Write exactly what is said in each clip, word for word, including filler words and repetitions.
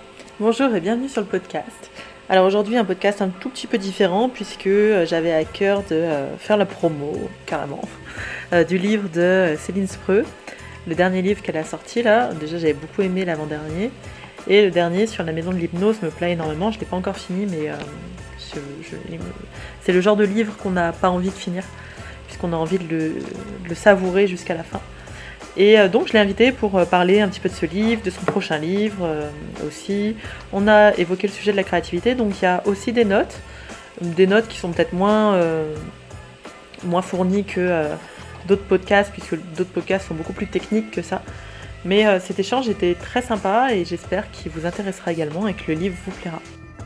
Bonjour et bienvenue sur le podcast. Alors aujourd'hui un podcast un tout petit peu différent puisque euh, j'avais à cœur de euh, faire la promo, carrément, euh, du livre de euh, Céline Spreux, le dernier livre qu'elle a sorti là. Déjà j'avais beaucoup aimé l'avant-dernier et le dernier sur la maison de l'hypnose me plaît énormément. Je ne l'ai pas encore fini mais euh, je- je- il me- c'est le genre de livre qu'on n'a pas envie de finir puisqu'on a envie de le, de le savourer jusqu'à la fin. Et euh, donc je l'ai invité pour euh, parler un petit peu de ce livre, de son prochain livre euh, aussi. On a évoqué le sujet de la créativité, donc il y a aussi des notes, des notes qui sont peut-être moins, euh, moins fournies que euh, d'autres podcasts, puisque d'autres podcasts sont beaucoup plus techniques que ça. Mais euh, cet échange était très sympa et j'espère qu'il vous intéressera également et que le livre vous plaira.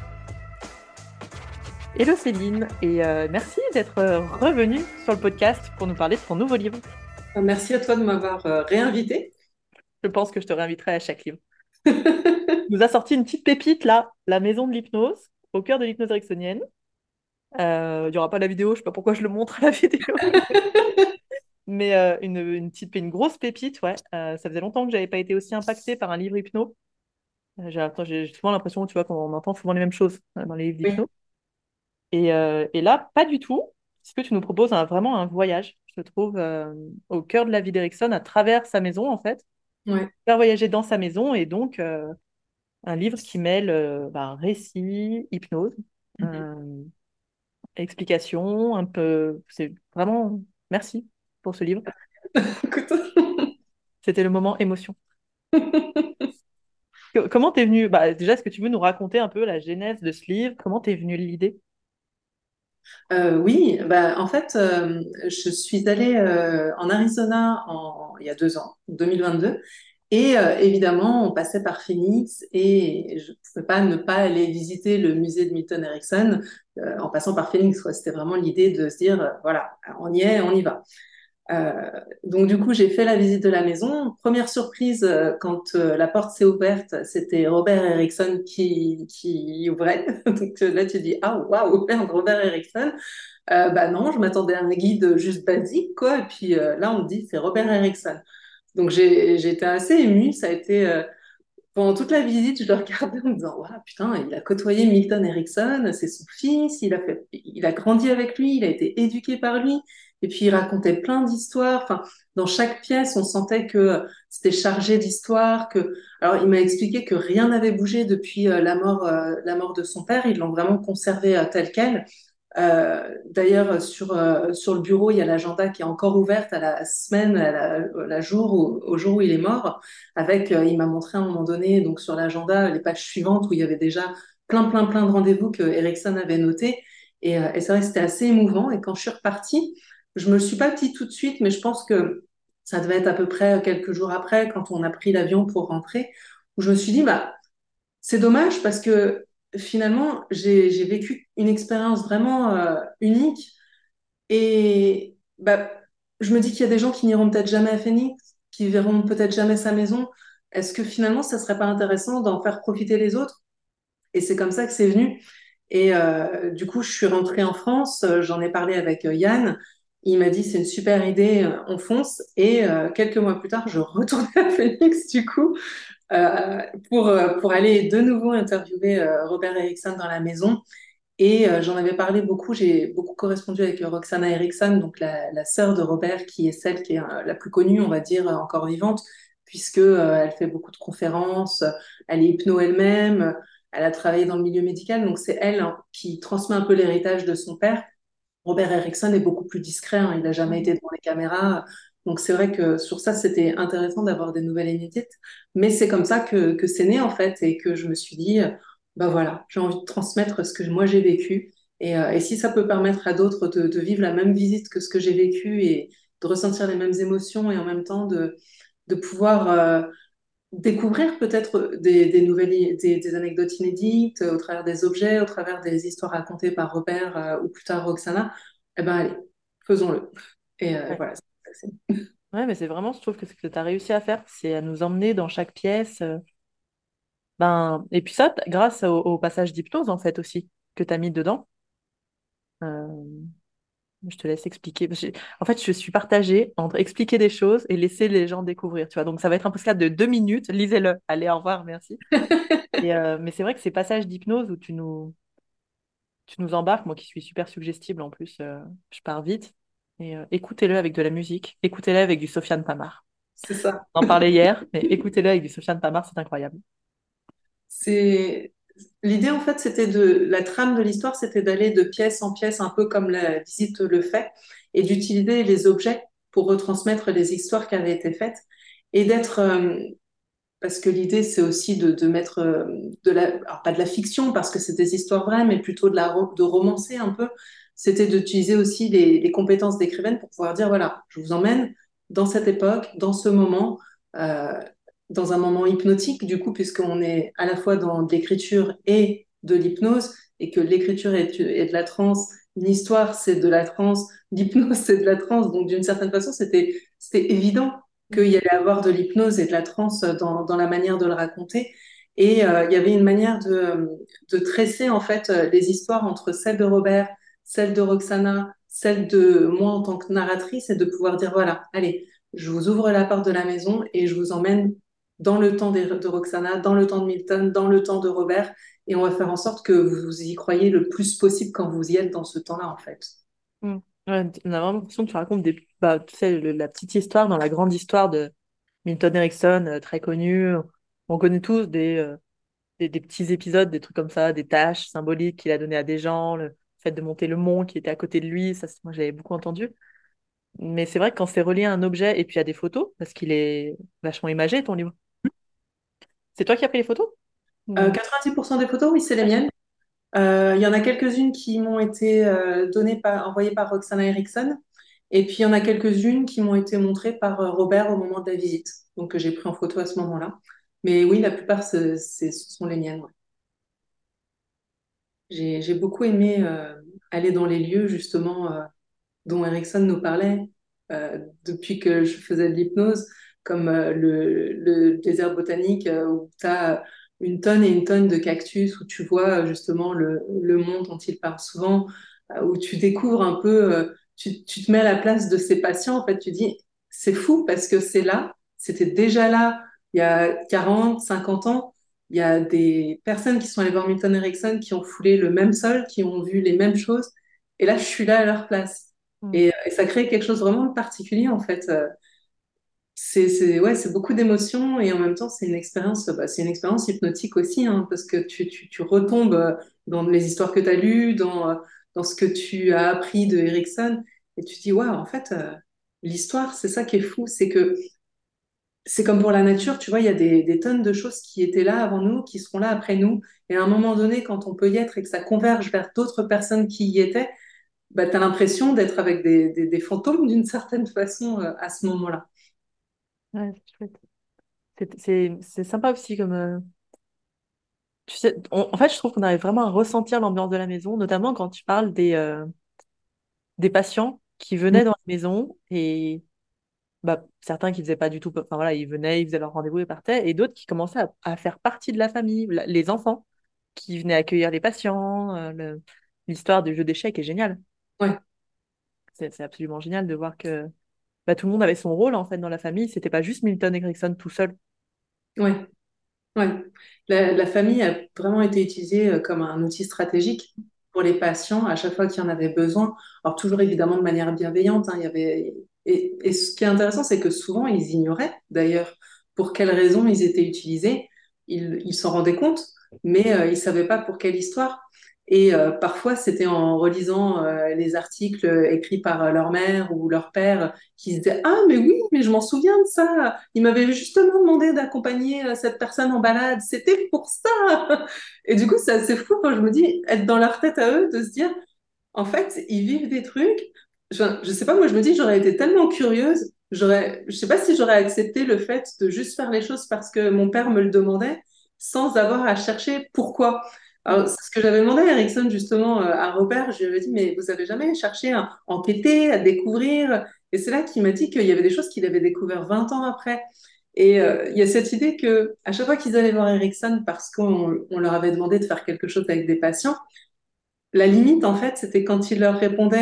Hello Céline, et euh, merci d'être euh, revenue sur le podcast pour nous parler de ton nouveau livre. Merci à toi de m'avoir euh, réinvité. Je pense que je te réinviterai à chaque livre. Nous a sorti une petite pépite là, la maison de l'hypnose, au cœur de l'hypnose ericksonienne. Euh, Il n'y aura pas la vidéo, je sais pas pourquoi je le montre à la vidéo, mais euh, une, une petite, une grosse pépite, ouais. Euh, ça faisait longtemps que j'avais pas été aussi impactée par un livre hypno. Euh, J'ai attends, j'ai souvent l'impression, tu vois, qu'on entend souvent les mêmes choses euh, dans les livres Oui, d'hypno. Et, euh, et là, pas du tout, parce que tu nous proposes un- vraiment un voyage, je trouve, euh, au cœur de la vie d'Erickson, à travers sa maison, en fait. ouais. Faire voyager dans sa maison, et donc euh, un livre qui mêle euh, bah, récit, hypnose. Mhm. euh, Explication, un peu. C'est vraiment. Merci pour ce livre. Écoute, C'était le moment émotion. Co- Comment t'es venu? Bah, déjà, est-ce que tu veux nous raconter un peu la genèse de ce livre? Comment t'es venue l'idée? euh, oui, bah, en fait, euh, je suis allée euh, en Arizona en, il y a deux ans, deux mille vingt-deux, et euh, évidemment, on passait par Phoenix et je ne pouvais pas ne pas aller visiter le musée de Milton Erickson euh, en passant par Phoenix, quoi. C'était vraiment l'idée de se dire, euh, voilà, on y est, on y va. Euh, donc du coup, j'ai fait la visite de la maison. Première surprise, euh, quand euh, la porte s'est ouverte, c'était Robert Erickson qui, qui ouvrait. Donc euh, là, tu dis, ah waouh, merde, Robert Erickson. Euh, bah non, je m'attendais à un guide juste basique, quoi. Et puis euh, là, on me dit, c'est Robert Erickson. Donc j'ai j'ai été assez émue. Ça a été euh, pendant toute la visite, je le regardais en me disant, waouh, putain, il a côtoyé Milton Erickson, c'est son fils, il a fait, il a grandi avec lui, il a été éduqué par lui. Et puis il racontait plein d'histoires. Enfin, dans chaque pièce, on sentait que c'était chargé d'histoires. Que, alors, il m'a expliqué que rien n'avait bougé depuis euh, la mort, euh, la mort de son père. Ils l'ont vraiment conservé euh, tel quel. Euh, d'ailleurs, sur, euh, sur le bureau, il y a l'agenda qui est encore ouverte à la semaine, à la, à la jour où- au jour où il est mort. Avec, euh, il m'a montré à un moment donné, donc sur l'agenda, les pages suivantes où il y avait déjà plein, plein, plein de rendez-vous que Ericsson avait notés. Et, euh, et c'est vrai que c'était assez émouvant. Et quand je suis repartie, je me le suis pas dit tout de suite, mais je pense que ça devait être à peu près quelques jours après, quand on a pris l'avion pour rentrer, où je me suis dit, bah, c'est dommage parce que finalement, j'ai, j'ai vécu une expérience vraiment euh, unique et bah, je me dis qu'il y a des gens qui n'iront peut-être jamais à Phoenix, qui verront peut-être jamais sa maison. Est-ce que finalement, ça serait pas intéressant d'en faire profiter les autres? Et c'est comme ça que c'est venu. Et euh, du coup, je suis rentrée en France, euh, j'en ai parlé avec euh, Yann. Il m'a dit, c'est une super idée, euh, on fonce. Et euh, quelques mois plus tard, je retournais à Phoenix, du coup, euh, pour, euh, pour aller de nouveau interviewer euh, Robert Erickson dans la maison. Et euh, j'en avais parlé beaucoup, j'ai beaucoup correspondu avec euh, Roxana Erickson, donc la, la sœur de Robert, qui est celle qui est euh, la plus connue, on va dire, euh, encore vivante, puisque euh, elle fait beaucoup de conférences, euh, elle est hypno elle-même, euh, elle a travaillé dans le milieu médical, donc c'est elle hein, qui transmet un peu l'héritage de son père. Robert Erickson est beaucoup plus discret, hein, il n'a jamais été devant les caméras, donc c'est vrai que sur ça, c'était intéressant d'avoir des nouvelles inédites, mais c'est comme ça que, que c'est né en fait, et que je me suis dit, euh, bah voilà, j'ai envie de transmettre ce que moi j'ai vécu, et, euh, et si ça peut permettre à d'autres de, de vivre la même visite que ce que j'ai vécu et de ressentir les mêmes émotions et en même temps de, de pouvoir euh, découvrir peut-être des, des nouvelles, i- des, des anecdotes inédites euh, au travers des objets, au travers des histoires racontées par Robert euh, ou plus tard Roxana, eh ben allez, faisons-le. Et euh, Ouais. voilà. c'est- Ouais, mais c'est vraiment, je trouve que ce que tu as réussi à faire, c'est à nous emmener dans chaque pièce. euh, ben... Et puis ça, t- grâce au, au passage d'hypnose, en fait, aussi, que tu as mis dedans. Euh, Je te laisse expliquer. Parce que j'ai- En fait, je suis partagée entre expliquer des choses et laisser les gens découvrir, tu vois. Donc, ça va être un podcast de deux minutes. Lisez-le. Allez, au revoir, merci. Et, euh, mais c'est vrai que ces passages d'hypnose où tu nous, tu nous embarques, moi qui suis super suggestible en plus, euh, je pars vite. Et euh, écoutez-le avec de la musique. Écoutez-le avec du Sofiane Pamar. C'est ça. On en parlait hier, mais écoutez-le avec du Sofiane Pamar, c'est incroyable. C'est l'idée en fait, c'était de la trame de l'histoire, c'était d'aller de pièce en pièce, un peu comme la visite le fait, et d'utiliser les objets pour retransmettre les histoires qui avaient été faites et d'être euh, parce que l'idée c'est aussi de, de mettre euh, de la alors pas de la fiction parce que c'est des histoires vraies, mais plutôt de la ro- de romancer un peu. C'était d'utiliser aussi les, les compétences d'écrivaine pour pouvoir dire voilà, je vous emmène dans cette époque, dans ce moment. euh, Dans un moment hypnotique, du coup, puisqu'on est à la fois dans de l'écriture et de l'hypnose, et que l'écriture est, est de la transe, l'histoire c'est de la transe, l'hypnose c'est de la transe, donc d'une certaine façon, c'était, c'était évident qu'il y allait avoir de l'hypnose et de la transe dans, dans la manière de le raconter. Et euh, il y avait une manière de, de tresser en fait euh, les histoires entre celle de Robert, celle de Roxana, celle de moi en tant que narratrice, et de pouvoir dire voilà, allez, je vous ouvre la porte de la maison et je vous emmène dans le temps des- de Roxana, dans le temps de Milton, dans le temps de Robert, et on va faire en sorte que vous y croyez le plus possible quand vous y êtes dans ce temps-là, en fait. Mm. Ouais, on a vraiment l'impression que tu racontes des, bah, tu sais, le- la petite histoire dans la grande histoire de Milton Erickson, euh, très connu. On connaît tous des, euh, des, des petits épisodes, des trucs comme ça, des tâches symboliques qu'il a donné à des gens, le fait de monter le mont qui était à côté de lui, ça, c'est- moi, je l'avais beaucoup entendu. Mais c'est vrai que quand c'est relié à un objet et puis à des photos, parce qu'il est vachement imagé, ton livre. C'est toi qui as pris les photos? Euh, Ou- quatre-vingt-dix pour cent des photos, oui, c'est les Ouais. miennes. Euh, Il y en a quelques-unes qui m'ont été euh, données par, envoyées par Roxana Erickson, et puis il y en a quelques-unes qui m'ont été montrées par euh, Robert au moment de la visite, donc que j'ai pris en photo à ce moment-là. Mais oui, la plupart, c'est- c'est- ce sont les miennes. Ouais. J'ai, j'ai beaucoup aimé euh, aller dans les lieux, justement, euh, dont Erickson nous parlait euh, depuis que je faisais de l'hypnose, comme euh, le, le désert botanique euh, où tu as une tonne et une tonne de cactus, où tu vois euh, justement le, le monde dont il parle souvent, euh, où tu découvres un peu, euh, tu, tu te mets à la place de ces patients, en fait, tu dis, c'est fou parce que c'est là, c'était déjà là il y a quarante, cinquante ans. Il y a des personnes qui sont allées voir Milton Erickson, qui ont foulé le même sol, qui ont vu les mêmes choses. Et là, je suis là à leur place. Mm. Et, et ça crée quelque chose vraiment de particulier, en fait. Euh, C'est, c'est, ouais, c'est beaucoup d'émotions et en même temps, c'est une expérience, bah, c'est une expérience hypnotique aussi, hein, parce que tu, tu, tu retombes euh, dans les histoires que tu as lues, dans, euh, dans ce que tu as appris de Erickson, et tu te dis, waouh, en fait, euh, l'histoire, c'est ça qui est fou, c'est que c'est comme pour la nature, tu vois, il y a des, des tonnes de choses qui étaient là avant nous, qui seront là après nous, et à un moment donné, quand on peut y être et que ça converge vers d'autres personnes qui y étaient, bah, tu as l'impression d'être avec des, des, des fantômes d'une certaine façon euh, à ce moment-là. Ouais, c'est chouette. C'est c'est- c'est sympa aussi comme... euh, tu sais, on- en fait, je trouve qu'on arrive vraiment à ressentir l'ambiance de la maison, notamment quand tu parles des, euh, des patients qui Mm. venaient dans la maison et bah, certains qui faisaient pas du tout, enfin voilà, ils venaient, ils faisaient leur rendez-vous et partaient, et d'autres qui commençaient à, à faire partie de la famille, la- les enfants qui venaient accueillir les patients. euh, le- L'histoire du jeu d'échecs est géniale. Ouais, C'est c'est absolument génial de voir que bah, tout le monde avait son rôle en fait dans la famille. C'était pas juste Milton Erickson tout seul. ouais, ouais. La, la famille a vraiment été utilisée euh, comme un outil stratégique pour les patients à chaque fois qu'il y en avait besoin. Alors toujours évidemment de manière bienveillante, hein, il y avait... et, et ce qui est intéressant, c'est que souvent ils ignoraient d'ailleurs pour quelles raisons ils étaient utilisés. Ils ils s'en rendaient compte, mais euh, ils savaient pas pour quelle histoire. Et euh, parfois, c'était en relisant euh, les articles écrits par euh, leur mère ou leur père qui se disaient ah, mais oui, mais je m'en souviens de ça. Il m'avait justement demandé d'accompagner euh, cette personne en balade. C'était pour ça. Et du coup, c'est assez fou quand je me dis être dans leur tête à eux, de se dire en fait, ils vivent des trucs. Je, je sais pas, moi, je me dis j'aurais été tellement curieuse. J'aurais, je sais pas si j'aurais accepté le fait de juste faire les choses parce que mon père me le demandait sans avoir à chercher pourquoi. Alors, c'est ce que j'avais demandé à Erickson justement euh, à Robert, je lui avais dit, mais vous avez jamais cherché à enquêter, à découvrir? Et c'est là qu'il m'a dit qu'il y avait des choses qu'il avait découvert vingt ans après. Et euh, il y a cette idée que à chaque fois qu'ils allaient voir Erickson parce qu'on on leur avait demandé de faire quelque chose avec des patients, la limite en fait, c'était quand il leur répondait,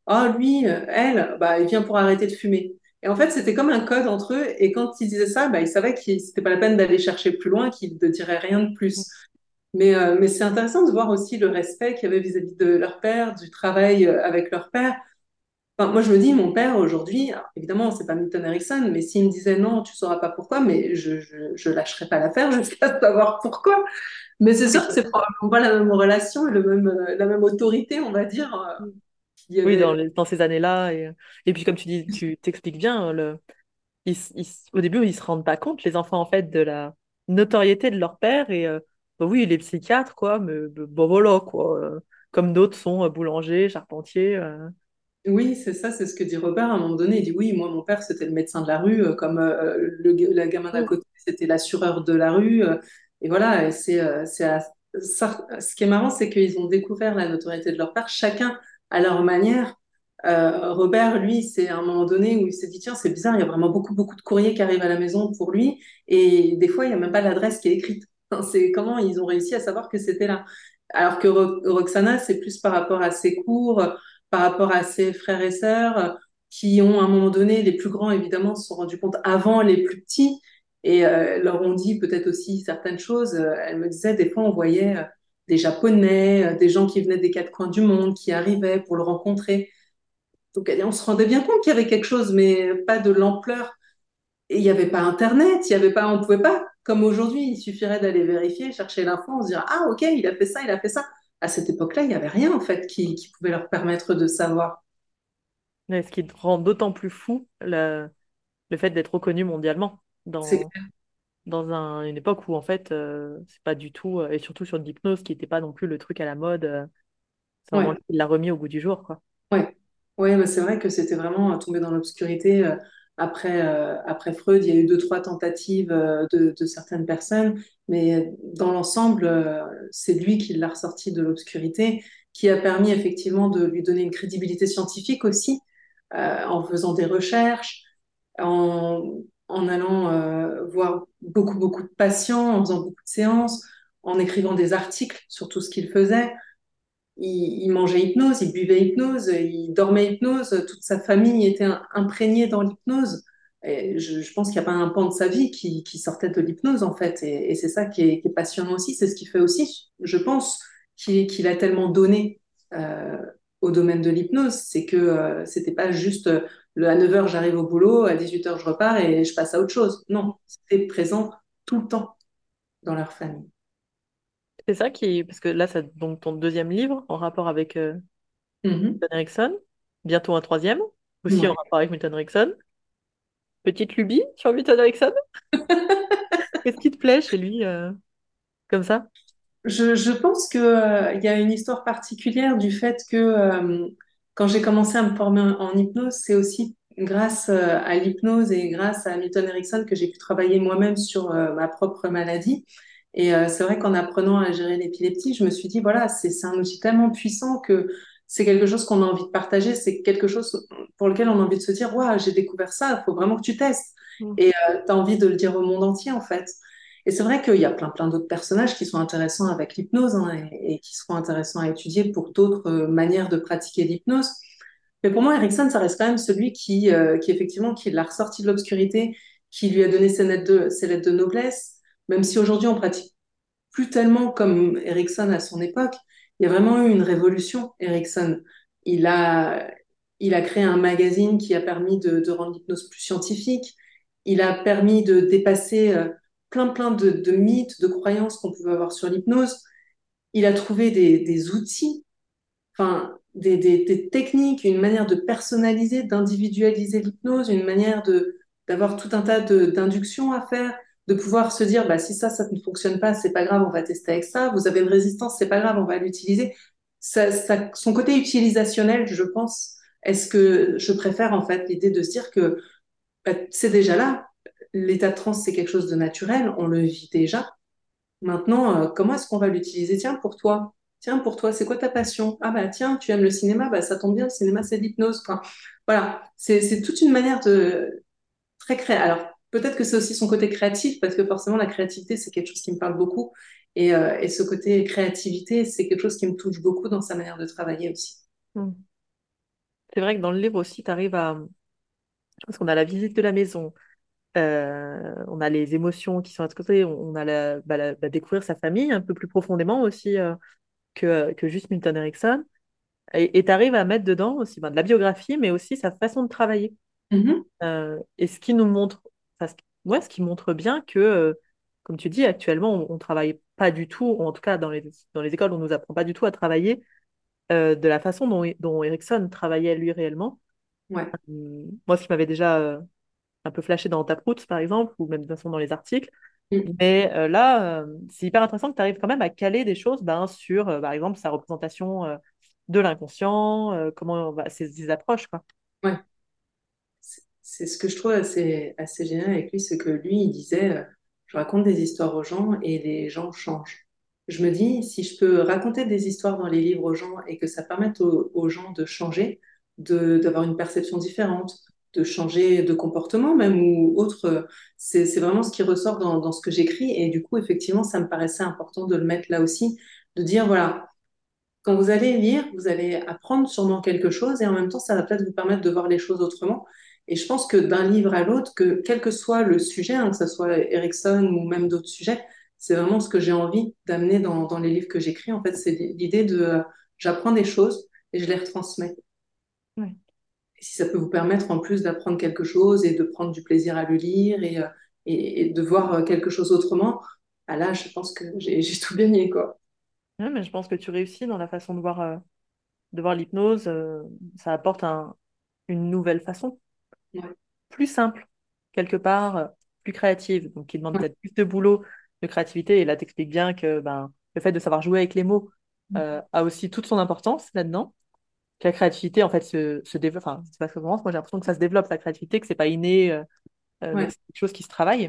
oh, lui, euh, elle, bah, il vient pour arrêter de fumer. Et en fait, c'était comme un code entre eux. Et quand ils disaient ça, bah, ils savaient que c'était pas la peine d'aller chercher plus loin, qu'ils ne diraient rien de plus. Mais, euh, mais c'est intéressant de voir aussi le respect qu'il y avait vis-à-vis de leur père, du travail euh, avec leur père. Enfin, moi, je me dis, mon père, aujourd'hui, alors, évidemment, c'est pas Milton Erickson, mais s'il me disait non, tu sauras pas pourquoi, mais je, je, je lâcherais pas l'affaire jusqu'à savoir pourquoi. Mais c'est sûr que c'est probablement pas la même relation et le même, euh, la même autorité, on va dire, euh, qu'il y Oui, avait. dans, les- dans ces années-là. Et, et puis, comme tu dis, tu t'expliques bien, le, ils, s- ils s- au début, ils se rendent pas compte, les enfants, en fait, de la notoriété de leur père. Et euh, bah oui, il est psychiatre, quoi, mais bah, bon, voilà, quoi. Euh, comme d'autres sont euh, boulangers, charpentiers. euh. Oui, c'est ça, c'est ce que dit Robert à un moment donné. Il dit oui, moi, mon père, c'était le médecin de la rue, euh, comme euh, le, ga- la gamin d'à Mm. côté, c'était l'assureur de la rue. euh, et voilà, et c'est, euh, c'est à- ça, ce qui est marrant, c'est qu'ils ont découvert la notoriété de leur père, chacun à leur manière. Euh, Robert, lui, c'est à un moment donné où il s'est dit, tiens, c'est bizarre, il y a vraiment beaucoup, beaucoup de courriers qui arrivent à la maison pour lui, et des fois, il n'y a même pas l'adresse qui est écrite. C'est comment ils ont réussi à savoir que c'était là. Alors que Ro- Roxana, c'est plus par rapport à ses cours, par rapport à ses frères et sœurs euh, qui ont à un moment donné, les plus grands évidemment se sont rendus compte avant les plus petits et euh, leur ont dit peut-être aussi certaines choses. Euh, elle me disait des fois on voyait euh, des Japonais, euh, des gens qui venaient des quatre coins du monde, qui arrivaient pour le rencontrer. Donc elle dit, on se rendait bien compte qu'il y avait quelque chose, mais pas de l'ampleur. Et il n'y avait pas Internet, il y avait pas, on pouvait pas, comme aujourd'hui, il suffirait d'aller vérifier, chercher l'info, on se dirait, ah ok, il a fait ça, il a fait ça. À cette époque-là, il n'y avait rien en fait qui, qui pouvait leur permettre de savoir. Mais ce qui rend d'autant plus fou le, le fait d'être reconnu mondialement C'est dans, dans un- une époque où, en fait, euh, c'est pas du tout, euh, et surtout sur de l'hypnose qui n'était pas non plus le truc à la mode. euh, c'est vraiment ouais. lui qui l'a remis au goût du jour, quoi. Ouais, ouais, mais c'est vrai que c'était vraiment euh, tombé dans l'obscurité. euh, Après, euh, après Freud, il y a eu deux, trois tentatives euh, de, de certaines personnes, mais dans l'ensemble, euh, c'est lui qui l'a ressorti de l'obscurité, qui a permis effectivement de lui donner une crédibilité scientifique aussi, euh, en faisant des recherches, en, en allant euh, voir beaucoup, beaucoup de patients, en faisant beaucoup de séances, en écrivant des articles sur tout ce qu'il faisait. Il, il mangeait hypnose, il buvait hypnose, il dormait hypnose, toute sa famille était im- imprégnée dans l'hypnose. Et je, je pense qu'il n'y a pas un pan de sa vie qui, qui sortait de l'hypnose, en fait. Et, et c'est ça qui est, qui est passionnant aussi. C'est ce qui fait aussi, je pense, qu'il qu'il a tellement donné euh, au domaine de l'hypnose. C'est que euh, c'était pas juste euh, le, à neuf heures, j'arrive au boulot, à dix-huit heures, je repars et je passe à autre chose. Non, c'était présent tout le temps dans leur famille. C'est ça qui, parce que là, c'est donc ton deuxième livre en rapport avec euh, Mhm. Milton Erickson, bientôt un troisième, aussi en Ouais. rapport avec Milton Erickson. Petite lubie sur Milton Erickson? Qu'est-ce qui te plaît chez lui, euh, comme ça? Je, je pense que, euh, il y a une histoire particulière du fait que euh, quand j'ai commencé à me former en, en hypnose, c'est aussi grâce euh, à l'hypnose et grâce à Milton Erickson que j'ai pu travailler moi-même sur euh, ma propre maladie. Et euh, c'est vrai qu'en apprenant à gérer l'épilepsie, je me suis dit, voilà, c'est c'est un outil tellement puissant que c'est quelque chose qu'on a envie de partager, c'est quelque chose pour lequel on a envie de se dire, waouh, j'ai découvert ça, il faut vraiment que tu testes. Mm. Et tu as envie de le dire au monde entier, en fait. Et c'est vrai qu'il y a plein, plein d'autres personnages qui sont intéressants avec l'hypnose hein, et, et qui seront intéressants à étudier pour d'autres euh, manières de pratiquer l'hypnose. Mais pour moi, Erickson, ça reste quand même celui qui, euh, qui effectivement, qui l'a ressorti de l'obscurité, qui lui a donné ses lettres de, ses lettres de noblesse, même si aujourd'hui on pratique plus tellement comme Erickson à son époque. Il y a vraiment eu une révolution, Erickson. Il a, il a créé un magazine qui a permis de, de rendre l'hypnose plus scientifique. Il a permis de dépasser euh, plein, plein de, de mythes, de croyances qu'on pouvait avoir sur l'hypnose. Il a trouvé des, des outils, enfin, des, des, des techniques, une manière de personnaliser, d'individualiser l'hypnose, une manière de, d'avoir tout un tas de, d'inductions à faire, de pouvoir se dire, bah, si ça, ça ne fonctionne pas, c'est pas grave, on va tester avec ça. Vous avez une résistance, c'est pas grave, on va l'utiliser. Ça, ça, son côté utilisationnel, je pense, est-ce que je préfère en fait l'idée de se dire que bah, c'est déjà là. L'état de transe, c'est quelque chose de naturel, on le vit déjà. Maintenant, euh, comment est-ce qu'on va l'utiliser? Tiens, pour toi. Tiens, pour toi, c'est quoi ta passion? Ah bah tiens, tu aimes le cinéma, bah ça tombe bien, le cinéma, c'est de l'hypnose. Enfin, voilà, c'est c'est toute une manière de très créer. Alors, peut-être que c'est aussi son côté créatif, parce que forcément, la créativité, c'est quelque chose qui me parle beaucoup. Et, euh, et ce côté créativité, c'est quelque chose qui me touche beaucoup dans sa manière de travailler aussi. Mm. c'est vrai que dans le livre aussi, tu arrives à... Parce qu'on a la visite de la maison, euh, on a les émotions qui sont à côté, on on a la, bah, la- bah, découvrir sa famille un peu plus profondément aussi euh, que, que juste Milton Erickson. Et tu arrives à mettre dedans aussi ben, de la biographie, mais aussi sa façon de travailler. Mhm. Euh, et ce qui nous montre, enfin, ce, ouais, ce qui montre bien que, euh, comme tu dis, actuellement, on, on travaille pas du tout, ou en tout cas dans les, dans les écoles, on nous apprend pas du tout à travailler euh, de la façon dont, dont Erickson travaillait lui réellement. Ouais. Hum, Moi, ce qui m'avait déjà euh, un peu flashé dans Taproot, par exemple, ou même de toute façon dans les articles. Mm. Mais euh, là, euh, c'est hyper intéressant que tu arrives quand même à caler des choses ben, sur, euh, par exemple, sa représentation euh, de l'inconscient, euh, comment on va, ses, ses approches, quoi. Ouais. C'est c'est ce que je trouve assez, assez génial avec lui, c'est que lui, il disait, euh, je raconte des histoires aux gens et les gens changent. Je me dis, si je peux raconter des histoires dans les livres aux gens et que ça permette aux, aux gens de changer, de, d'avoir une perception différente, de changer de comportement même ou autre, euh, c'est, c'est vraiment ce qui ressort dans, dans ce que j'écris. Et du coup, effectivement, ça me paraissait important de le mettre là aussi, de dire, voilà, quand vous allez lire, vous allez apprendre sûrement quelque chose et en même temps, ça va peut-être vous permettre de voir les choses autrement. Et je pense que d'un livre à l'autre, que quel que soit le sujet, hein, que ce soit Erickson ou même d'autres sujets, c'est vraiment ce que j'ai envie d'amener dans, dans les livres que j'écris. En fait, c'est l'idée de euh, j'apprends des choses et je les retransmets. Ouais. Et si ça peut vous permettre en plus d'apprendre quelque chose et de prendre du plaisir à le lire et, euh, et, et de voir euh, quelque chose autrement, ah là, je pense que j'ai j'ai tout gagné, quoi. Ouais, mais je pense que tu réussis dans la façon de voir, euh, de voir l'hypnose. Euh, ça apporte un, une nouvelle façon, Ouais, plus simple, quelque part, euh, plus créative, donc qui demande ouais, peut-être plus de boulot, de créativité. Et là, t'expliques bien que ben, le fait de savoir jouer avec les mots euh, a aussi toute son importance là-dedans. Que la créativité, en fait, se, se développe. Enfin, c'est pas ce que je pense. Moi, j'ai l'impression que ça se développe, la créativité, que c'est pas inné, euh, euh, mais que ouais. c'est quelque chose qui se travaille.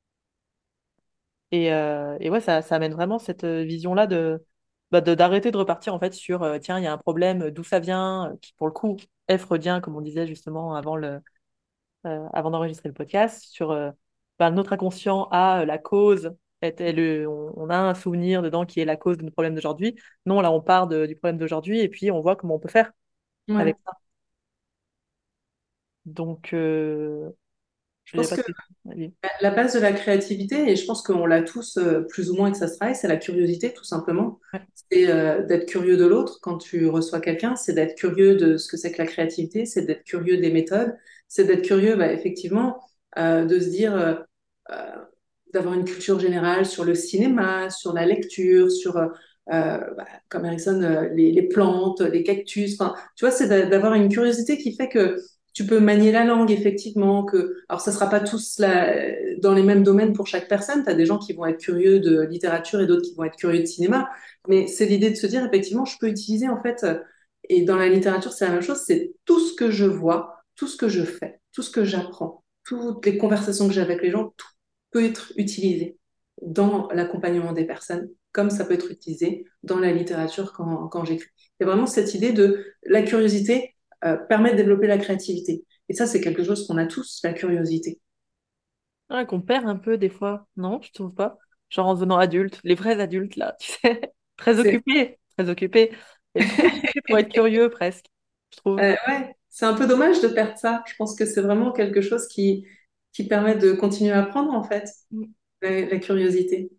Et, euh, et ouais, ça, ça amène vraiment cette euh, vision-là de, bah, de- d'arrêter de repartir en fait sur euh, tiens, il y a un problème, euh, d'où ça vient, euh, qui pour le coup est freudien, comme on disait justement avant le, euh, avant d'enregistrer le podcast, sur euh, bah, notre inconscient a euh, la cause, est, est le, on, on a un souvenir dedans qui est la cause de nos problèmes d'aujourd'hui. Non, là, on part de- du problème d'aujourd'hui et puis on voit comment on peut faire Ouais. avec ça. Donc, euh, Je il n'y a pense pas que de question. Allez. la base de la créativité, et je pense qu'on l'a tous euh, plus ou moins et que ça se travaille, c'est la curiosité, tout simplement. Ouais. C'est euh, d'être curieux de l'autre quand tu reçois quelqu'un, c'est d'être curieux de ce que c'est que la créativité, c'est d'être curieux des méthodes, c'est d'être curieux, bah, effectivement, euh, de se dire, euh, euh, d'avoir une culture générale sur le cinéma, sur la lecture, sur, euh, euh, bah, comme Harrison, euh, les, les plantes, les cactus. Enfin, tu vois, c'est d'a- d'avoir une curiosité qui fait que tu peux manier la langue, effectivement, que, alors ça sera pas tous la, dans les mêmes domaines pour chaque personne. Tu as des gens qui vont être curieux de littérature et d'autres qui vont être curieux de cinéma. Mais c'est l'idée de se dire, effectivement, je peux utiliser, en fait, euh, et dans la littérature, c'est la même chose, c'est tout ce que je vois, tout ce que je fais, tout ce que j'apprends, toutes les conversations que j'ai avec les gens, tout peut être utilisé dans l'accompagnement des personnes, comme ça peut être utilisé dans la littérature quand, quand j'écris. Il y a vraiment cette idée de la curiosité euh, permet de développer la créativité. Et ça, c'est quelque chose qu'on a tous, la curiosité. Ouais, qu'on perd un peu des fois, non, je trouve pas. Genre en devenant adulte, les vrais adultes là, tu sais, très C'est occupés, très occupés, et trop occupés pour être curieux presque, je trouve. euh, ouais, c'est un peu dommage de perdre ça. Je pense que c'est vraiment quelque chose qui, qui permet de continuer à apprendre, en fait, Mm. la, la curiosité.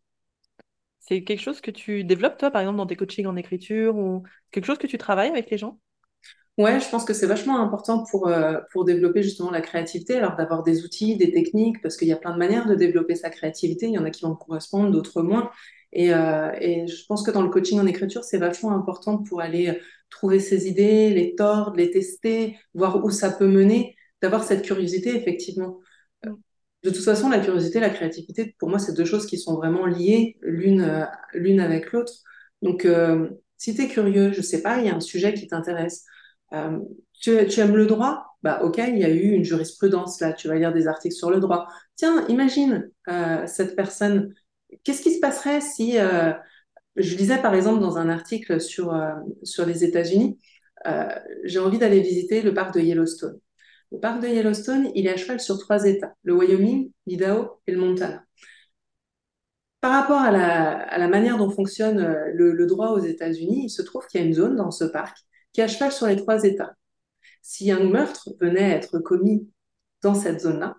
C'est quelque chose que tu développes toi, par exemple, dans tes coachings en écriture ou quelque chose que tu travailles avec les gens? Ouais, je pense que c'est vachement important pour, euh, pour développer justement la créativité, alors d'avoir des outils, des techniques, parce qu'il y a plein de manières de développer sa créativité. Il y en a qui vont correspondre, d'autres moins. Et, euh, et je pense que dans le coaching en écriture, c'est vachement important pour aller euh, trouver ses idées, les tordre, les tester, voir où ça peut mener, d'avoir cette curiosité, effectivement. Mm. De toute façon, la curiosité, la créativité, pour moi, c'est deux choses qui sont vraiment liées l'une euh, l'une avec l'autre. Donc, euh, si tu es curieux, je sais pas, il y a un sujet qui t'intéresse, euh, tu, tu aimes le droit? Bah, ok, il y a eu une jurisprudence là, tu vas lire des articles sur le droit. Tiens, imagine euh, cette personne, qu'est-ce qui se passerait si, euh, je lisais par exemple dans un article sur, euh, sur les États-Unis, euh, j'ai envie d'aller visiter le parc de Yellowstone. Le parc de Yellowstone, il est à cheval sur trois États, le Wyoming, l'Idaho et le Montana. Par rapport à la, à la manière dont fonctionne euh, le, le droit aux États-Unis, il se trouve qu'il y a une zone dans ce parc qui est à cheval sur les trois États. si un meurtre venait à être commis dans cette zone-là,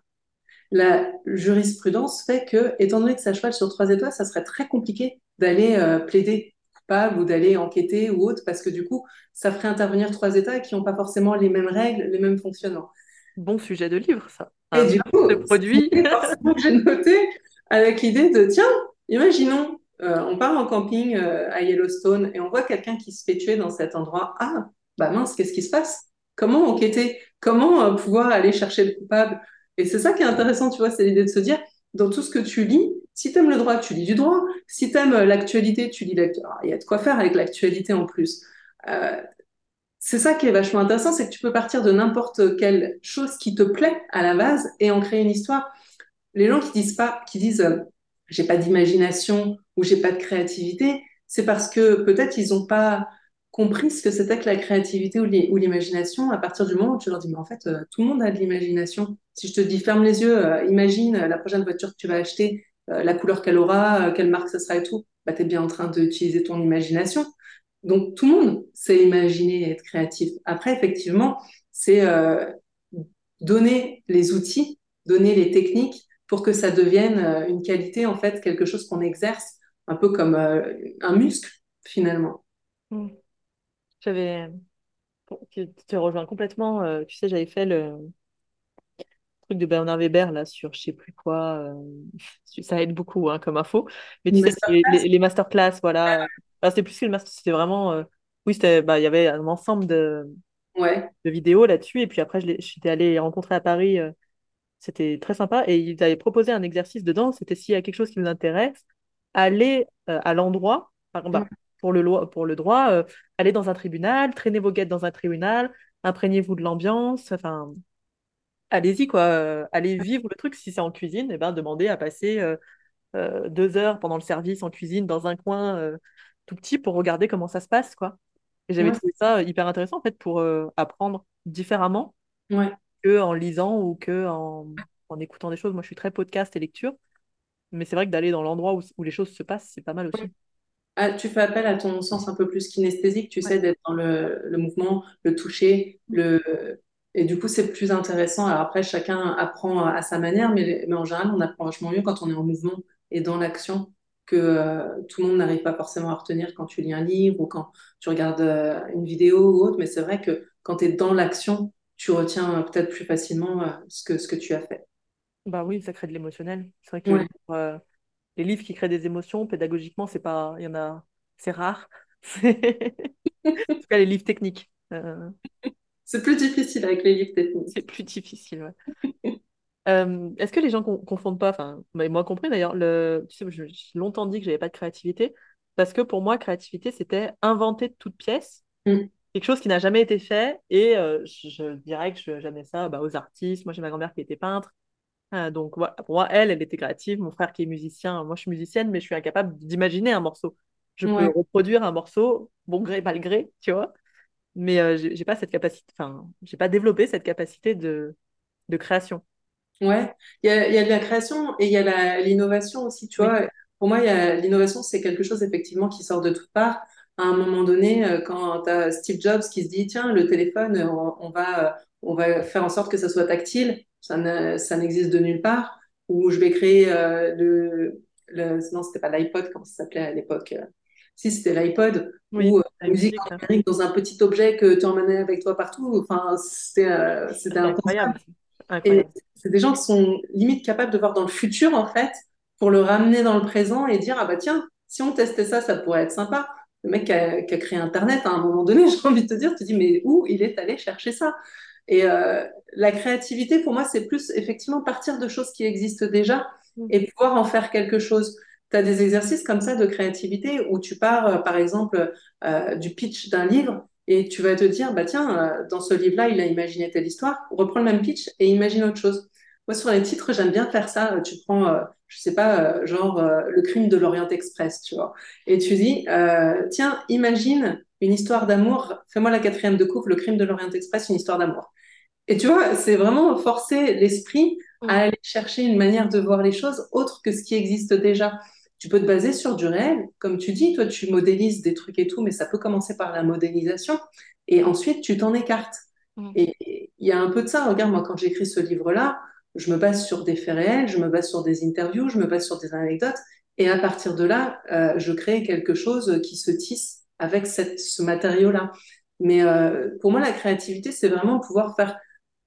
la jurisprudence fait que, étant donné que ça cheval sur trois étoiles, ça serait très compliqué d'aller euh, plaider coupable ou d'aller enquêter ou autre, parce que du coup, ça ferait intervenir trois États qui n'ont pas forcément les mêmes règles, les mêmes fonctionnements. Bon sujet de livre, ça. Et Un du meurtre coup, de produit. c'est forcément que j'ai noté avec l'idée de, tiens, imaginons, euh, on part en camping euh, à Yellowstone et on voit quelqu'un qui se fait tuer dans cet endroit. Ah, bah mince, qu'est-ce qui se passe? Comment enquêter? Comment euh, pouvoir aller chercher le coupable? Et c'est ça qui est intéressant, tu vois, c'est l'idée de se dire, dans tout ce que tu lis, si tu aimes le droit, tu lis du droit. Si tu aimes l'actualité, tu lis l'actualité. Il y a de quoi faire avec l'actualité en plus. Euh, c'est ça qui est vachement intéressant, c'est que tu peux partir de n'importe quelle chose qui te plaît à la base et en créer une histoire. Les gens qui disent pas, qui disent euh, j'ai pas d'imagination ou j'ai pas de créativité, c'est parce que peut-être ils ont pas compris ce que c'était que la créativité ou l'i- ou l'imagination à partir du moment où tu leur dis mais en fait euh, tout le monde a de l'imagination. Si je te dis ferme les yeux, euh, imagine euh, la prochaine voiture que tu vas acheter, euh, la couleur qu'elle aura, euh, quelle marque ce sera et tout, bah tu es bien en train d'utiliser ton imagination. Donc tout le monde sait imaginer et être créatif. Après effectivement, c'est euh, donner les outils, donner les techniques pour que ça devienne euh, une qualité, en fait, quelque chose qu'on exerce, un peu comme euh, un muscle, finalement. Mm. J'avais. Bon, tu tu te rejoins complètement. Euh, tu sais, j'avais fait le truc de Bernard Weber là sur je sais plus quoi. euh, Ça aide beaucoup hein, comme info. Mais tu Une sais, les, masterclass. les, les masterclass, voilà. Enfin, c'était plus que le master, c'était vraiment. euh, Oui, c'était, bah, il y avait un ensemble de, Ouais. de vidéos là-dessus. Et puis après, je l'ai- j'étais allée les rencontrer à Paris. euh, C'était très sympa. Et ils avaient proposé un exercice dedans. C'était s'il y a quelque chose qui vous intéresse, allez euh, à l'endroit. Par exemple, bah, pour le, loi- pour le droit, euh, allez dans un tribunal, traînez vos guettes dans un tribunal, imprégnez-vous de l'ambiance. Enfin, allez-y, quoi. euh, allez vivre le truc. Si c'est en cuisine, eh ben, demandez à passer euh, euh, deux heures pendant le service en cuisine dans un coin euh, tout petit pour regarder comment ça se passe, quoi. Et j'avais Ouais. trouvé ça hyper intéressant, en fait, pour euh, apprendre différemment Ouais. que en lisant ou que en, en écoutant des choses. Moi, je suis très podcast et lecture, mais c'est vrai que d'aller dans l'endroit où, où les choses se passent, c'est pas mal aussi. Ah, tu fais appel à ton sens un peu plus kinesthésique, tu Ouais. sais, d'être dans le, le mouvement, le toucher, le... et du coup, c'est plus intéressant. Alors après, chacun apprend à sa manière, mais, mais en général, on apprend vachement mieux quand on est en mouvement et dans l'action que euh, tout le monde n'arrive pas forcément à retenir quand tu lis un livre ou quand tu regardes euh, une vidéo ou autre. Mais c'est vrai que quand tu es dans l'action, tu retiens euh, peut-être plus facilement euh, ce que, ce que tu as fait. Bah oui, ça crée de l'émotionnel. C'est vrai que le Ouais. livre, euh, les livres qui créent des émotions, pédagogiquement, c'est pas, il y en a, c'est rare. C'est- En tout cas, les livres techniques, euh, C'est plus difficile avec les livres c'est techniques. plus difficile. Ouais. Euh, est-ce que les gens con- confondent pas, enfin, bah, moi compris d'ailleurs, le... tu sais, je- j'ai longtemps dit que j'avais pas de créativité, parce que pour moi, créativité, c'était inventer de toutes pièces Mm. quelque chose qui n'a jamais été fait, et euh, je, je dirais que je- j'aimais ça bah, aux artistes. Moi, j'ai ma grand-mère qui était peintre, euh, donc voilà, pour moi, elle, elle était créative. Mon frère qui est musicien, moi, je suis musicienne, mais je suis incapable d'imaginer un morceau. Je peux Ouais. reproduire un morceau, bon gré, mal gré, tu vois, mais euh, j'ai j'ai pas cette capacité, enfin, j'ai pas développé cette capacité de, de création. Ouais, il y a, il y a de la création et il y a la- l'innovation aussi, tu Oui, vois. Pour moi, il y a l'innovation, c'est quelque chose effectivement qui sort de toutes parts. À un moment donné, euh, quand tu as Steve Jobs qui se dit, tiens, le téléphone, euh, on, on va, euh, on va faire en sorte que ça soit tactile, ça ne- ça n'existe de nulle part. Ou je vais créer euh, le, le, non, c'était pas l'iPod, comment ça s'appelait à l'époque. euh. Si, c'était l'iPod, oui, ou euh, la la musique musique, en là, numérique dans un petit objet que tu emmenais avec toi partout. Enfin, c'était euh, c'était c'est un incroyable, et incroyable. c'est des gens qui sont limite capables de voir dans le futur, en fait, pour le ramener dans le présent et dire, ah bah tiens, si on testait ça, ça pourrait être sympa. Le mec qui a, qui a créé Internet, à un moment donné, j'ai envie de te dire, tu te dis, mais où il est allé chercher ça? Et euh, la créativité, pour moi, c'est plus effectivement partir de choses qui existent déjà Mm. et pouvoir en faire quelque chose. Tu as des exercices comme ça de créativité où tu pars, euh, par exemple, euh, du pitch d'un livre et tu vas te dire, bah tiens, euh, dans ce livre-là, il a imaginé telle histoire, reprends le même pitch et imagine autre chose. Moi, sur les titres, j'aime bien faire ça. Euh, Tu prends, euh, je sais pas, euh, genre euh, Le crime de l'Orient Express, tu vois. Et tu dis, euh, tiens, imagine une histoire d'amour, fais-moi la quatrième de couve, Le crime de l'Orient Express, une histoire d'amour. Et tu vois, c'est vraiment forcer l'esprit à Mm. aller chercher une manière de voir les choses autre que ce qui existe déjà. Tu peux te baser sur du réel. Comme tu dis, toi, tu modélises des trucs et tout, mais ça peut commencer par la modélisation. Et ensuite, tu t'en écartes. Mhm. Et il y a un peu de ça. Regarde, moi, quand j'écris ce livre-là, je me base sur des faits réels, je me base sur des interviews, je me base sur des anecdotes. Et à partir de là, euh, je crée quelque chose qui se tisse avec cette, ce matériau-là. Mais euh, pour moi, la créativité, c'est vraiment pouvoir faire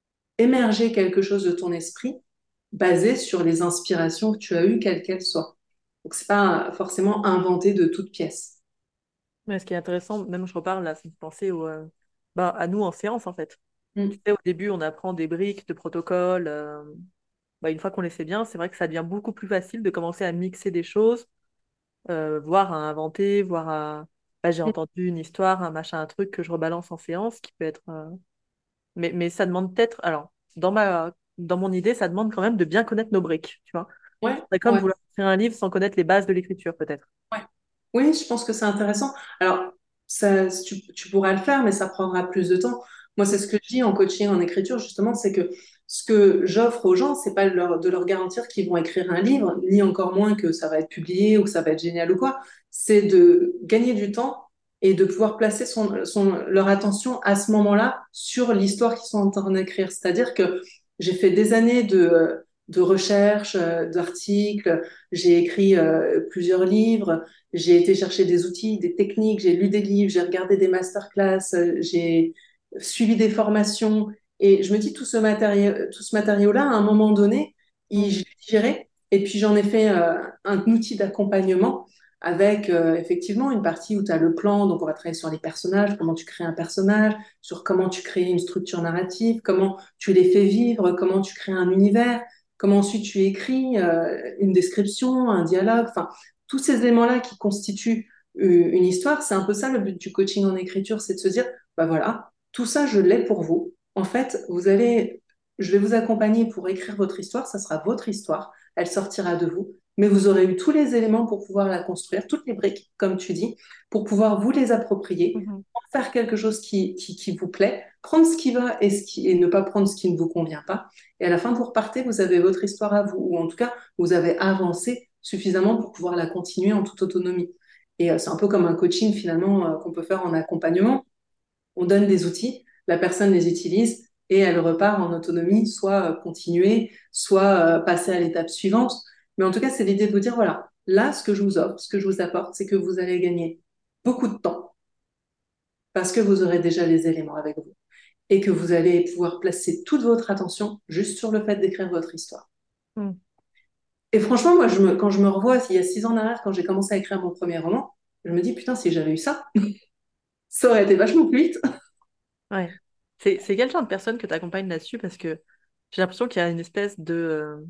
émerger quelque chose de ton esprit basé sur les inspirations que tu as eues, quelles qu'elles soient. Donc, c'est pas forcément inventé de toutes pièces. Mais ce qui est intéressant, même je reparle là, c'est de penser au, euh, bah, à nous en séance en fait. Tu Mm. sais, au début, on apprend des briques de protocole. Euh, bah, une fois qu'on les sait bien, c'est vrai que ça devient beaucoup plus facile de commencer à mixer des choses, euh, voire à inventer, voire à. Bah, j'ai entendu une histoire, un machin, un truc que je rebalance en séance qui peut être. euh, Mais, mais ça demande peut-être. Alors, dans ma... dans mon idée, ça demande quand même de bien connaître nos briques, tu vois. Ouais, C'est comme ouais. vouloir écrire un livre sans connaître les bases de l'écriture, peut-être. Ouais. Oui, je pense que c'est intéressant. Alors, ça, tu, tu pourras le faire, mais ça prendra plus de temps. Moi, c'est ce que je dis en coaching, en écriture, justement, c'est que ce que j'offre aux gens, c'est pas de leur, de leur garantir qu'ils vont écrire un livre, ni encore moins que ça va être publié ou que ça va être génial ou quoi. C'est de gagner du temps et de pouvoir placer son, son, leur attention à ce moment-là sur l'histoire qu'ils sont en train d'écrire. C'est-à-dire que j'ai fait des années de, de recherche, euh, d'articles, j'ai écrit euh, plusieurs livres. J'ai été chercher des outils, des techniques, j'ai lu des livres, j'ai regardé des masterclass, euh, j'ai suivi des formations. Et je me dis, tout ce matériau, tout ce matériau-là, à un moment donné, il, je Mm. l'ai digéré. Et puis j'en ai fait euh, un outil d'accompagnement avec euh, effectivement une partie où tu as le plan, donc on va travailler sur les personnages, comment tu crées un personnage, sur comment tu crées une structure narrative, comment tu les fais vivre, comment tu crées un univers, comment ensuite tu écris euh, une description, un dialogue, enfin tous ces éléments-là qui constituent euh, une histoire, c'est un peu ça le but du coaching en écriture, c'est de se dire, bah voilà, tout ça, je l'ai pour vous. En fait, vous allez, je vais vous accompagner pour écrire votre histoire, ça sera votre histoire, elle sortira de vous, mais vous aurez eu tous les éléments pour pouvoir la construire, toutes les briques, comme tu dis, pour pouvoir vous les approprier, Mhm. en faire quelque chose qui, qui, qui vous plaît, prendre ce qui va et, ce qui, et ne pas prendre ce qui ne vous convient pas. Et à la fin, vous repartez, vous avez votre histoire à vous, ou en tout cas, vous avez avancé suffisamment pour pouvoir la continuer en toute autonomie. Et euh, c'est un peu comme un coaching finalement euh, qu'on peut faire en accompagnement. On donne des outils, la personne les utilise et elle repart en autonomie, soit euh, continuer, soit euh, passer à l'étape suivante. Mais en tout cas, c'est l'idée de vous dire, voilà, là, ce que je vous offre, ce que je vous apporte, c'est que vous allez gagner beaucoup de temps parce que vous aurez déjà les éléments avec vous et que vous allez pouvoir placer toute votre attention juste sur le fait d'écrire votre histoire. Mm. Et franchement, moi, je me, quand je me revois, il y a six ans en arrière, quand j'ai commencé à écrire mon premier roman, je me dis, putain, si j'avais eu ça, ça aurait été vachement plus vite. Ouais. C'est, c'est quel genre de personne que tu accompagnes là-dessus? Parce que j'ai l'impression qu'il y a une espèce de. euh,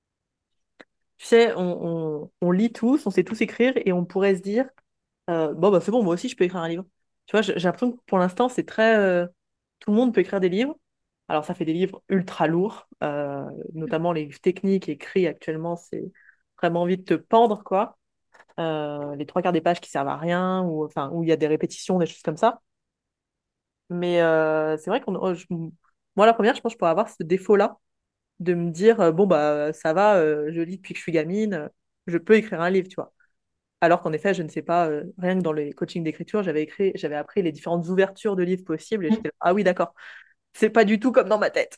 Tu sais, on, on, on lit tous, on sait tous écrire et on pourrait se dire euh, bon, bah c'est bon, moi aussi je peux écrire un livre. Tu vois, j'ai j'ai l'impression que pour l'instant, c'est très. euh, Tout le monde peut écrire des livres. Alors, ça fait des livres ultra lourds, euh, notamment les livres techniques écrits actuellement, c'est vraiment envie de te pendre, quoi. Euh, les trois quarts des pages qui servent à rien, ou enfin, où il y a des répétitions, des choses comme ça. Mais euh, c'est vrai qu'on. oh, je- Moi, la première, je pense que je pourrais avoir ce défaut-là, de me dire euh, bon, bah ça va, euh, je lis depuis que je suis gamine, euh, je peux écrire un livre, tu vois. Alors qu'en effet, je ne sais pas, euh, rien que dans les coachings d'écriture, j'avais écrit, j'avais appris les différentes ouvertures de livres possibles et j'étais là, ah oui, d'accord, c'est pas du tout comme dans ma tête.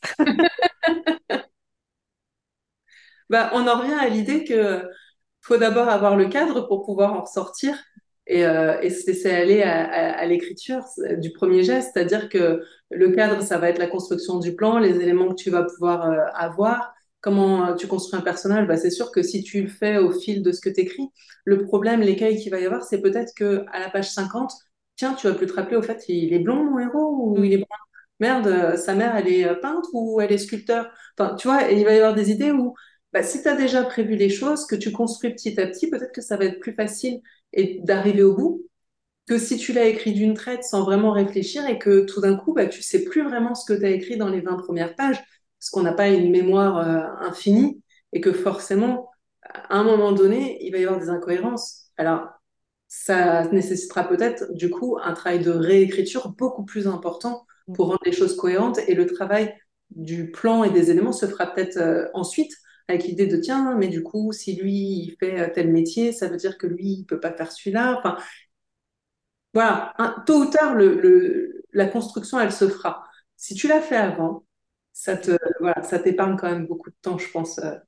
Bah, on en revient à l'idée que faut d'abord avoir le cadre pour pouvoir en ressortir et, euh, et se laisser aller à, à- à l'écriture c'est- du premier geste, c'est-à-dire que le cadre, ça va être la construction du plan, les éléments que tu vas pouvoir euh, avoir, comment euh, tu construis un personnage. Bah, c'est sûr que si tu le fais au fil de ce que tu écris, le problème, l'écueil qu'il va y avoir, c'est peut-être que à la page cinquante, tiens, tu vas plus te rappeler au fait, il est blond mon héros ou il Mm. est brun. Merde, euh, sa mère, elle est euh, peintre ou elle est sculpteur. Enfin, tu vois, et il va y avoir des idées où bah, si tu as déjà prévu les choses, que tu construis petit à petit, peut-être que ça va être plus facile et d'arriver au bout que si tu l'as écrit d'une traite sans vraiment réfléchir et que tout d'un coup, bah, tu sais plus vraiment ce que tu as écrit dans les vingt premières pages, parce qu'on n'a pas une mémoire euh, infinie et que forcément, à un moment donné, il va y avoir des incohérences. Alors, ça nécessitera peut-être du coup un travail de réécriture beaucoup plus important pour rendre les choses cohérentes et le travail du plan et des éléments se fera peut-être euh, ensuite avec l'idée de tiens, mais du coup, si lui il fait euh, tel métier, ça veut dire que lui il peut pas faire celui-là. Enfin, voilà, hein, tôt ou tard, le, le- la construction elle se fera. Si tu l'as fait avant, ça te, voilà, ça t'épargne quand même beaucoup de temps, je pense. Euh.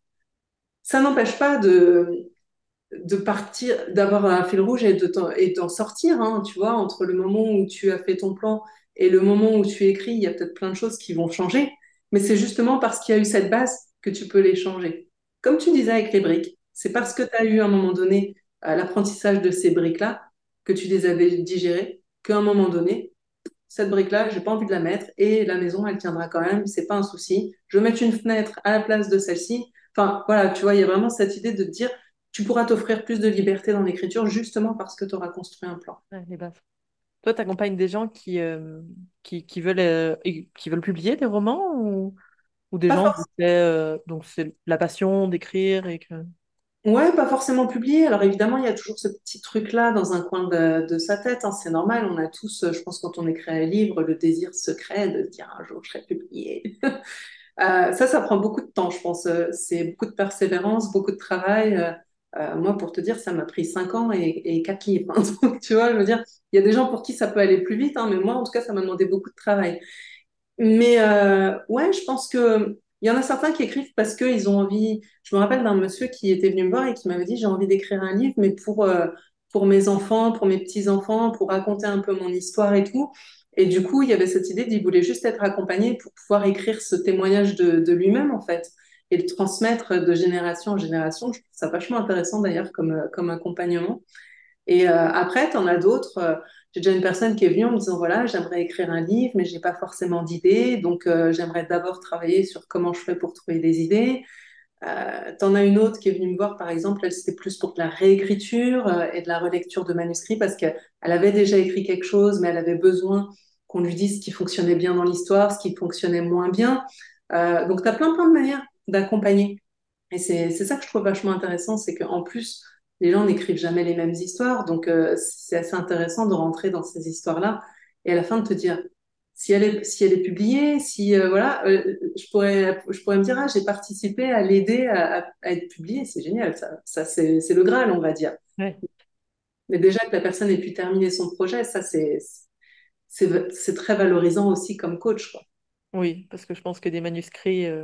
Ça n'empêche pas de, de partir, d'avoir un fil rouge et de t'en, et d'en sortir, hein, tu vois, entre le moment où tu as fait ton plan et le moment où tu écris, il y a peut-être plein de choses qui vont changer, mais c'est justement parce qu'il y a eu cette base que tu peux les changer. Comme tu disais avec les briques, c'est parce que tu as eu à un moment donné euh, l'apprentissage de ces briques-là, que tu les avais digérées, qu'à un moment donné, cette brique-là, j'ai pas envie de la mettre et la maison, elle tiendra quand même, c'est pas un souci. Je vais mettre une fenêtre à la place de celle-ci. Enfin, voilà, tu vois, il y a vraiment cette idée de te dire, tu pourras t'offrir plus de liberté dans l'écriture justement parce que tu auras construit un plan. Ouais, les bases. Toi, tu accompagnes des gens qui, euh, qui, qui veulent, euh, et- qui veulent publier des romans ou, ou des Pas gens dont forcément, c'est euh, donc c'est la passion d'écrire et que... ouais, pas forcément publié. Alors évidemment, il y a toujours ce petit truc-là dans un coin de, de sa tête, hein, c'est normal. On a tous, euh, je pense, quand on écrit un livre, le désir secret de se dire un jour je serai publié. Euh, ça, ça prend beaucoup de temps, je pense. Euh, C'est beaucoup de persévérance, beaucoup de travail. Euh, euh, moi, pour te dire, ça m'a pris cinq ans et, et quatre livres, hein. Donc, tu vois, je veux dire, il y a des gens pour qui ça peut aller plus vite, hein, mais moi, en tout cas, ça m'a demandé beaucoup de travail. Mais euh, ouais, je pense que il y en a certains qui écrivent parce qu'ils ont envie. Je me rappelle d'un monsieur qui était venu me voir et qui m'avait dit, j'ai envie d'écrire un livre, mais pour, euh, pour mes enfants, pour mes petits-enfants, pour raconter un peu mon histoire et tout. Et du coup, il y avait cette idée d'il voulait juste être accompagné pour pouvoir écrire ce témoignage de, de lui-même, en fait, et le transmettre de génération en génération. Je trouve ça vachement intéressant d'ailleurs comme, euh, comme accompagnement. Et euh, après, tu en as d'autres. euh, J'ai déjà une personne qui est venue en me disant, voilà, j'aimerais écrire un livre, mais j'ai pas forcément d'idées. Donc, euh, j'aimerais d'abord travailler sur comment je fais pour trouver des idées. Euh, T'en as une autre qui est venue me voir, par exemple, elle, c'était plus pour de la réécriture euh, et de la relecture de manuscrits parce qu'elle avait déjà écrit quelque chose, mais elle avait besoin qu'on lui dise ce qui fonctionnait bien dans l'histoire, ce qui fonctionnait moins bien. Euh, donc, tu as plein, plein de manières d'accompagner. Et c'est c'est ça que je trouve vachement intéressant, c'est qu'en plus, les gens n'écrivent jamais les mêmes histoires, donc euh, c'est assez intéressant de rentrer dans ces histoires-là et à la fin de te dire si elle est, si elle est publiée, si euh, voilà, euh, je pourrais, je pourrais me dire ah j'ai participé à l'aider à, à- à être publiée, c'est génial, ça, ça c'est c'est le Graal, on va dire. Ouais. Mais déjà que la personne ait pu terminer son projet, ça c'est c'est c'est très valorisant aussi comme coach, quoi. Oui, parce que je pense que des manuscrits euh,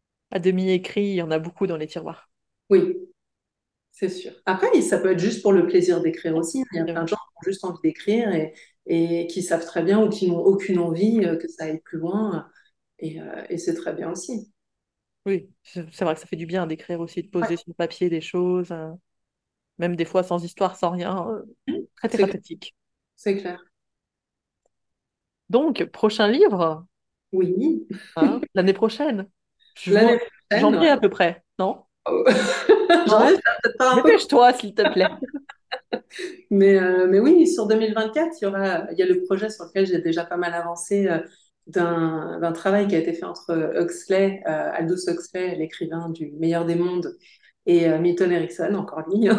à demi écrits, il y en a beaucoup dans les tiroirs. Oui. C'est sûr. Après, ça peut être juste pour le plaisir d'écrire aussi. Il y a C'est plein de vrai. gens qui ont juste envie d'écrire et, et qui savent très bien ou qui n'ont aucune envie euh, que ça aille plus loin. Et, euh, et c'est très bien aussi. Oui, c'est c'est vrai que ça fait du bien d'écrire aussi, de Ouais, poser sur le papier des choses, euh, même des fois sans histoire, sans rien, euh, très c'est clair. thérapeutique. C'est clair. Donc, prochain livre, Oui. hein, l'année prochaine. Je vois L'année prochaine, janvier ouais. à peu près, non? Oh. Non? Janvier, ça va peut-être pas un peu court. Dépêche-toi, s'il te plaît. Mais, euh, mais oui, sur deux mille vingt-quatre, il y aura, il y a le projet sur lequel j'ai déjà pas mal avancé euh, d'un, d'un travail qui a été fait entre Huxley, euh, Aldous Huxley, l'écrivain du Meilleur des mondes, et euh, Milton Erickson, encore lui.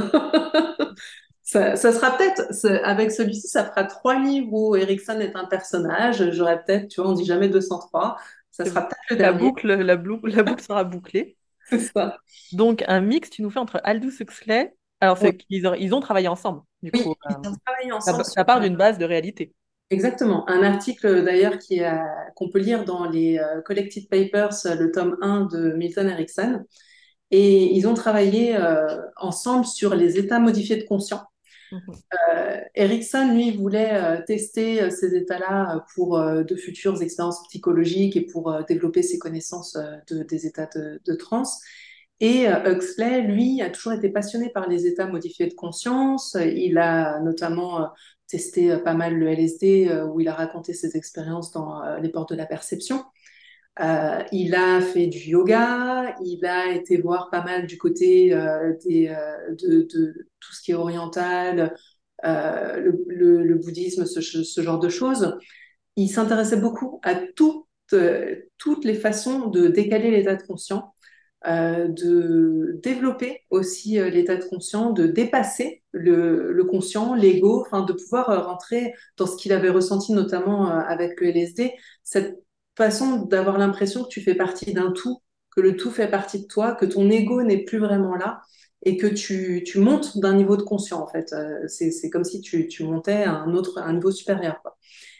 Ça, ça sera peut-être, c'est- avec celui-ci, ça fera trois livres où Erickson est un personnage. J'aurais peut-être, tu vois, on dit jamais deux cent trois. Ça C'est sera bon. peut-être le La dernier. boucle, la, blou- la boucle sera bouclée. C'est ça. Donc, un mix, tu nous fais entre Aldous Huxley. Alors, Ouais. c'est qu'ils ont, ils ont travaillé ensemble, du Oui, coup. ils euh, ont travaillé ça, ensemble sur ça part euh, d'une base de réalité. exactement un article d'ailleurs qui a- qu'on peut lire dans les euh, Collected Papers, euh, le tome un de Milton Erickson. Et ils ont travaillé euh, ensemble sur les états modifiés de conscience. Mhm. Euh, Erickson, lui, voulait euh, tester euh, ces états-là euh, pour euh, de futures expériences psychologiques et pour euh, développer ses connaissances euh, de- des états de, de transe. Et euh, Huxley, lui, a toujours été passionné par les états modifiés de conscience. Il a notamment euh, testé euh, pas mal le L S D, euh, où il a raconté ses expériences dans euh, Les Portes de la Perception. Euh, il a fait du yoga, il a été voir pas mal du côté euh, des, euh, de, de tout ce qui est oriental, euh, le, le- le bouddhisme, ce, ce genre de choses. Il s'intéressait beaucoup à toutes, euh, toutes les façons de décaler l'état de conscience, euh, de développer aussi euh, l'état de conscience, de dépasser le, le conscient, l'ego, enfin de pouvoir euh, rentrer dans ce qu'il avait ressenti notamment euh, avec le L S D, cette façon d'avoir l'impression que tu fais partie d'un tout, que le tout fait partie de toi, que ton ego n'est plus vraiment là et que tu, tu montes d'un niveau de conscience en fait. Euh, c'est, c'est comme si tu, tu montais à un autre, à un niveau supérieur, quoi.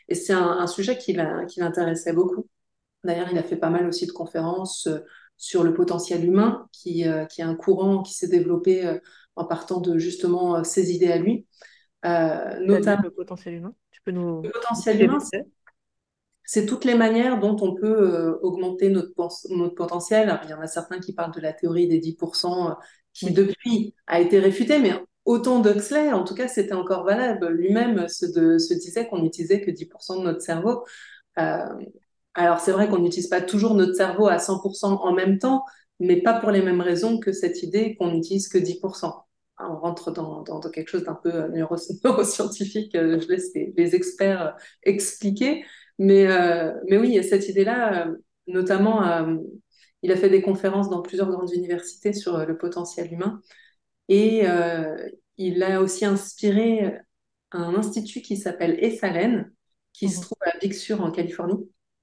Et c'est un, un sujet qui l'a- qui l'intéressait beaucoup. D'ailleurs, il a fait pas mal aussi de conférences euh, sur le potentiel humain, qui, euh, qui est un courant qui s'est développé euh, en partant de justement euh, ses idées à lui. Euh, C'est-à-dire notamment, le potentiel humain. Tu peux nous le potentiel expliquer humain, vite fait? c'est toutes les manières dont on peut euh, augmenter notre, pens- notre potentiel. Alors, il y en a certains qui parlent de la théorie des dix pour cent euh, qui, Oui. depuis, a été réfutée, mais autant d'Huxley, en tout cas, c'était encore valable. Lui-même se, de- se disait qu'on n'utilisait que dix pour cent de notre cerveau. Euh, alors, c'est vrai qu'on n'utilise pas toujours notre cerveau à cent pour cent en même temps, mais pas pour les mêmes raisons que cette idée qu'on n'utilise que dix pour cent. On rentre dans, dans- dans quelque chose d'un peu euh, neuro- neuroscientifique, euh, je laisse les, les experts euh, expliquer. Mais, euh, mais oui, il y a cette idée-là, euh, notamment, euh, il a fait des conférences dans plusieurs grandes universités sur euh, le potentiel humain. Et euh, il a aussi inspiré un institut qui s'appelle Esalen, qui se Mhm. trouve à Big Sur en Californie.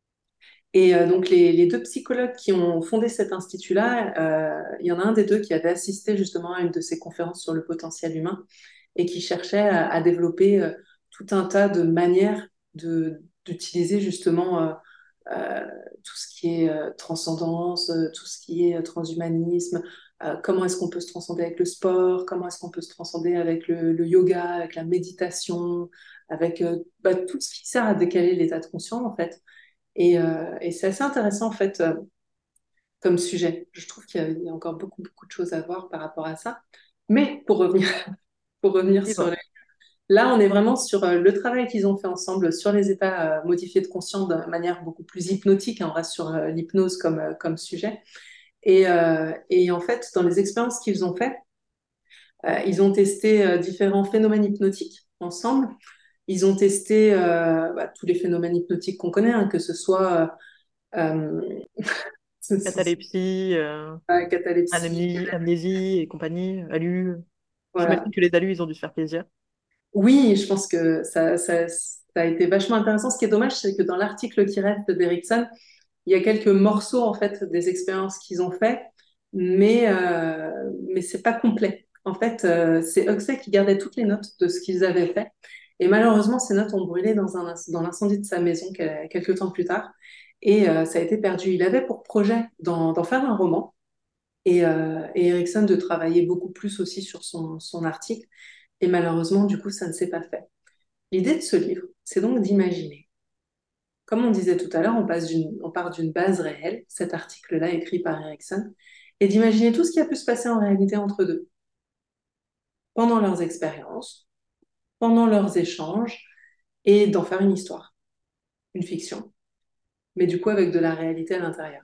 Et euh, donc, les, les deux psychologues qui ont fondé cet institut-là, euh, il y en a un des deux qui avait assisté justement à une de ces conférences sur le potentiel humain et qui cherchait à, à développer euh, tout un tas de manières de, d'utiliser justement euh, euh, tout ce qui est euh, transcendance, euh, tout ce qui est euh, transhumanisme, euh, comment est-ce qu'on peut se transcender avec le sport, comment est-ce qu'on peut se transcender avec le, le yoga, avec la méditation, avec euh, bah, tout ce qui sert à décaler l'état de conscience en fait. Et, euh, et c'est assez intéressant en fait euh, comme sujet. Je trouve qu'il y a, il y a encore beaucoup, beaucoup de choses à voir par rapport à ça. Mais pour revenir, pour revenir Et sur bon. le... Là, on est vraiment sur euh, le travail qu'ils ont fait ensemble sur les états euh, modifiés de conscience de manière beaucoup plus hypnotique, hein. On reste sur euh, l'hypnose comme, euh, comme sujet. Et, euh, et en fait, dans les expériences qu'ils ont fait, euh, ils ont testé euh, différents phénomènes hypnotiques ensemble. Ils ont testé euh, bah, tous les phénomènes hypnotiques qu'on connaît, hein, que ce soit euh, Catalepsie, euh, euh, catalepsie. amnésie, amnésie et compagnie, ALU. Voilà. J'imagine que les A L U, ils ont dû se faire plaisir. Oui, je pense que ça, ça, ça a été vachement intéressant. Ce qui est dommage, c'est que dans l'article qui reste d'Erickson, il y a quelques morceaux en fait des expériences qu'ils ont fait, mais euh, mais c'est pas complet. En fait, euh, c'est Huxley qui gardait toutes les notes de ce qu'ils avaient fait, et malheureusement, ces notes ont brûlé dans un dans l'incendie de sa maison quel- quelques temps plus tard, et euh, ça a été perdu. Il avait pour projet d'en d'en faire un roman, et, euh, et Erickson de travailler beaucoup plus aussi sur son son article, et malheureusement, du coup, ça ne s'est pas fait. L'idée de ce livre, c'est donc d'imaginer. Comme on disait tout à l'heure, on, passe d'une- on part d'une base réelle, cet article-là écrit par Erickson, et d'imaginer tout ce qui a pu se passer en réalité entre deux, pendant leurs expériences, pendant leurs échanges, et d'en faire une histoire, une fiction, mais du coup avec de la réalité à l'intérieur.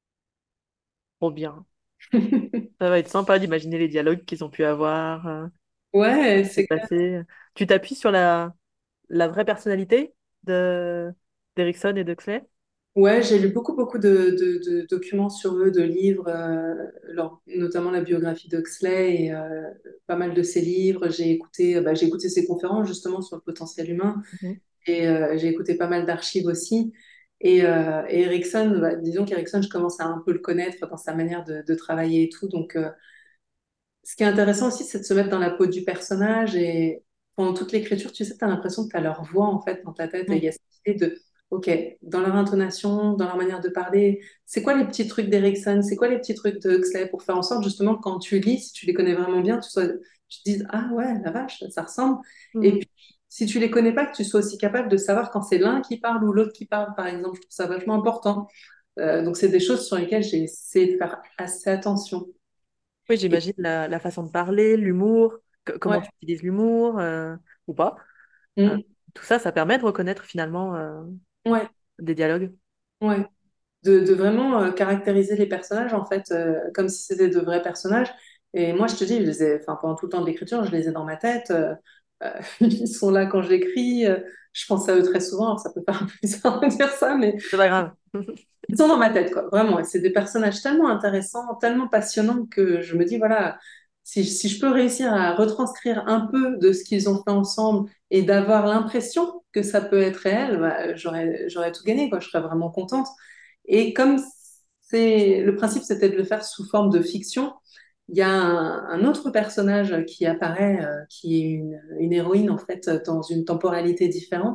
Trop bien. Ça va être sympa d'imaginer les dialogues qu'ils ont pu avoir, euh, Ouais, qui s'est c'est clair. passé. Tu t'appuies sur la, la vraie personnalité de d'Erickson et d'Huxley? Ouais, j'ai lu beaucoup, beaucoup de, de- de documents sur eux, de livres, euh, leur- notamment la biographie d'Huxley et euh, pas mal de ses livres. J'ai écouté, bah, j'ai écouté ses conférences justement sur le potentiel humain. Mhm. Et euh, j'ai écouté pas mal d'archives aussi. Et, euh, et Erickson, bah, disons qu'Erickson, je commence à un peu le connaître dans sa manière de, de travailler et tout. Donc, euh, ce qui est intéressant aussi, c'est de se mettre dans la peau du personnage. Et pendant toute l'écriture, tu sais, tu as l'impression que tu as leur voix en fait dans ta tête. Et il y Oui, a cette idée de, OK, dans leur intonation, dans leur manière de parler, c'est quoi les petits trucs d'Erickson? C'est quoi les petits trucs de Huxley pour faire en sorte justement que quand tu lis, si tu les connais vraiment bien, tu, sois, tu te dises, ah ouais, la vache, ça ressemble. Et Mhm. puis, si tu les connais pas, que tu sois aussi capable de savoir quand c'est l'un qui parle ou l'autre qui parle, par exemple, je trouve ça vachement important. Euh, donc, c'est des choses sur lesquelles j'ai essayé de faire assez attention. Oui, Et, j'imagine la, la façon de parler, l'humour, que- comment tu ouais. utilises l'humour euh, ou pas. Euh, Mm. tout ça, ça permet de reconnaître finalement euh, Ouais, des dialogues. ouais. De, de vraiment euh, caractériser les personnages, en fait, euh, comme si c'était de vrais personnages. Et moi, je te dis, je les ai, enfin, pendant tout le temps de l'écriture, je les ai dans ma tête. euh, euh, ils sont là quand j'écris. euh, je pense à eux très souvent. Alors, ça peut faire un peu bizarre de dire ça, mais C'est pas grave. ils sont dans ma tête, quoi. Vraiment. Et c'est des personnages tellement intéressants, tellement passionnants que je me dis, voilà, si, si je peux réussir à retranscrire un peu de ce qu'ils ont fait ensemble et d'avoir l'impression que ça peut être réel, bah, j'aurais, j'aurais tout gagné, quoi. Je serais vraiment contente. Et comme c'est, le principe, c'était de le faire sous forme de fiction, il y a un, un autre personnage qui apparaît, euh, qui est une, une héroïne, en fait, dans une temporalité différente.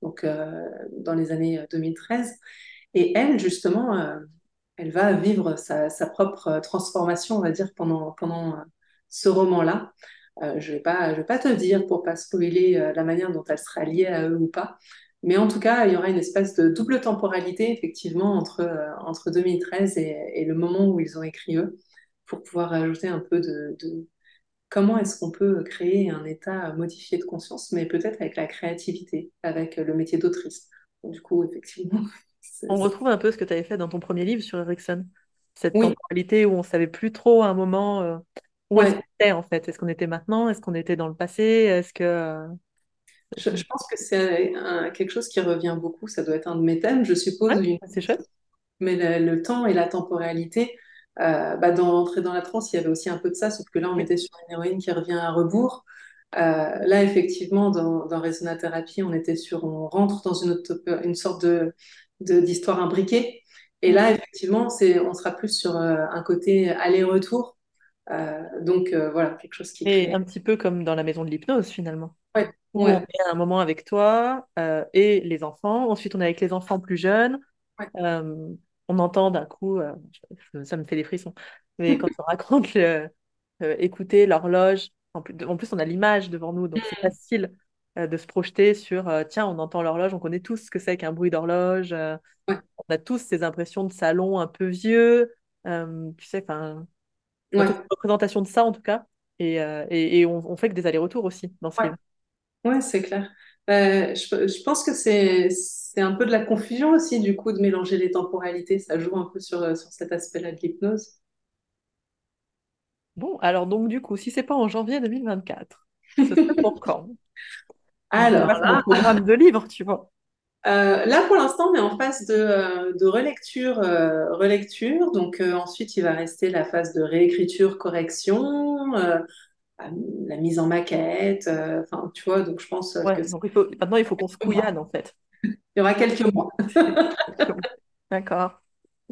donc euh, dans les années deux mille treize. Et elle, justement, euh, elle va vivre sa, sa propre transformation, on va dire, pendant, pendant euh, ce roman-là. Euh, je ne vais pas, je vais pas te dire pour pas spoiler euh, la manière dont elle sera liée à eux ou pas. Mais en tout cas, il y aura une espèce de double temporalité, effectivement, entre, euh, entre deux mille treize et, et le moment où ils ont écrit eux, pour pouvoir ajouter un peu de, de comment est-ce qu'on peut créer un état modifié de conscience, mais peut-être avec la créativité, avec le métier d'autrice. Donc, du coup, effectivement, c'est- On c'est- retrouve un peu ce que tu avais fait dans ton premier livre sur Erickson. Cette oui, temporalité où on savait plus trop à un moment euh, où est-ce qu'on ouais. était en fait. Est-ce qu'on était maintenant? Est-ce qu'on était dans le passé? Est-ce que... euh, Je, je pense que c'est un- quelque chose qui revient beaucoup. Ça doit être un de mes thèmes, je suppose. Ouais, Une- c'est chouette. Mais le, le temps et la temporalité, euh, bah, dans Entrer dans la transe, il y avait aussi un peu de ça, sauf que là, on Oui. était sur une héroïne qui revient à rebours. Euh, là, effectivement, dans, dans Resonatherapie, on était sur, on rentre dans une, auto- une sorte de, de- d'histoire imbriquée. Et Mm. là, effectivement, c'est, on sera plus sur euh, un côté aller-retour. Euh, donc, euh, voilà, quelque chose qui Et crée. un petit peu comme dans la maison de l'hypnose finalement, Ouais, où on ouais, est à un moment avec toi euh, et les enfants. Ensuite, on est avec les enfants plus jeunes. ouais. Euh, on entend d'un coup, euh, je- ça me fait des frissons, mais quand on raconte le- euh, écouter l'horloge, en plus, en plus on a l'image devant nous, donc c'est facile euh, de se projeter sur, euh, tiens, on entend l'horloge, on connaît tous ce que c'est qu'un bruit d'horloge, euh, Ouais, on a tous ces impressions de salon un peu vieux, euh, tu sais, enfin, on a tous une ouais, représentation de ça en tout cas, et, euh, et, et on, on fait que des allers-retours aussi dans ce ouais. livre. Ouais, c'est clair. Euh, je, je pense que c'est c'est un peu de la confusion aussi, du coup, de mélanger les temporalités. Ça joue un peu sur, euh, sur cet aspect-là de l'hypnose. Bon, alors donc du coup, si c'est pas en janvier deux mille vingt-quatre, ce serait pour quand? Il faut que je Alors fasse mon là, programme de livre, tu vois. euh, là pour l'instant, on est en phase de, euh, de relecture, euh, relecture. Donc euh, ensuite, il va rester la phase de réécriture, correction, euh, la mise en maquette. euh, Enfin, tu vois, donc je pense euh, que Ouais, c'est donc il faut, maintenant il faut qu'on se quelques mois. couillade en fait. Il y aura quelques mois. D'accord.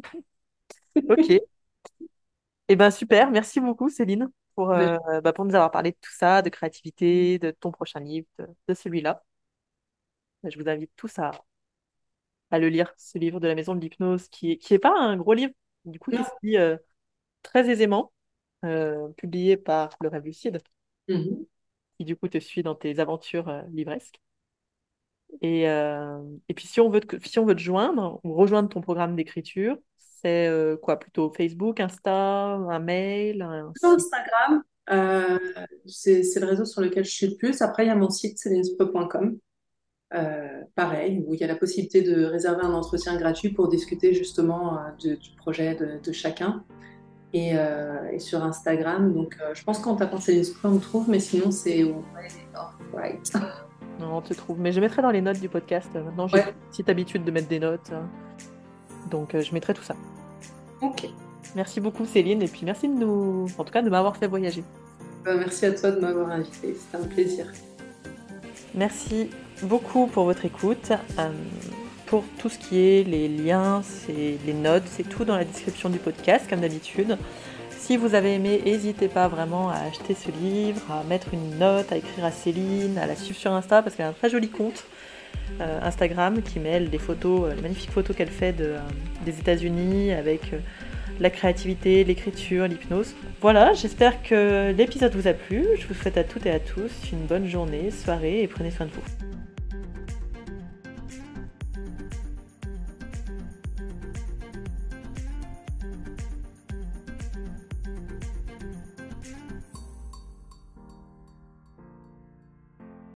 Ok. Eh ben super, merci beaucoup Céline pour, Mais- euh, bah, pour nous avoir parlé de tout ça, de créativité, de ton prochain livre, de, de celui-là. Je vous invite tous à, à le lire, ce livre de la Maison de l'Hypnose, qui est, qui est pas un gros livre, du coup qui Non. se lit euh, très aisément, euh, publié par Le Rêve Lucide, Mhm. qui du coup te suit dans tes aventures euh, livresques. Et, euh, et puis si on veut te, si on veut te joindre ou rejoindre ton programme d'écriture, c'est euh, quoi plutôt Facebook, Insta, un mail, un Sur site? Instagram, euh, c'est c'est le réseau sur lequel je suis le plus. Après, il y a mon site célinespeux point com, euh, pareil, où il y a la possibilité de réserver un entretien gratuit pour discuter justement euh, de- du projet de, de chacun. Et, euh, et sur Instagram, donc euh, je pense qu'en tapant Céline Spreux, on me trouve, mais sinon c'est ouais, right. Non, on te trouve. Mais je mettrai dans les notes du podcast. Euh, Maintenant, j'ai pris Ouais, une petite habitude de mettre des notes, hein. Donc, euh, je mettrai tout ça. ok. Merci beaucoup, Céline. Et puis, merci de nous, en tout cas, de m'avoir fait voyager. Euh, merci à toi de m'avoir invité, c'était un plaisir. Merci beaucoup pour votre écoute. Euh, pour tout ce qui est les liens, c'est les notes, c'est tout dans la description du podcast, comme d'habitude. Si vous avez aimé, n'hésitez pas vraiment à acheter ce livre, à mettre une note, à écrire à Céline, à la suivre sur Insta, parce qu'elle a un très joli compte euh, Instagram qui mêle des photos, euh, les magnifiques photos qu'elle fait de, euh, des États-Unis avec euh, la créativité, l'écriture, l'hypnose. Voilà, j'espère que l'épisode vous a plu. Je vous souhaite à toutes et à tous une bonne journée, soirée et prenez soin de vous.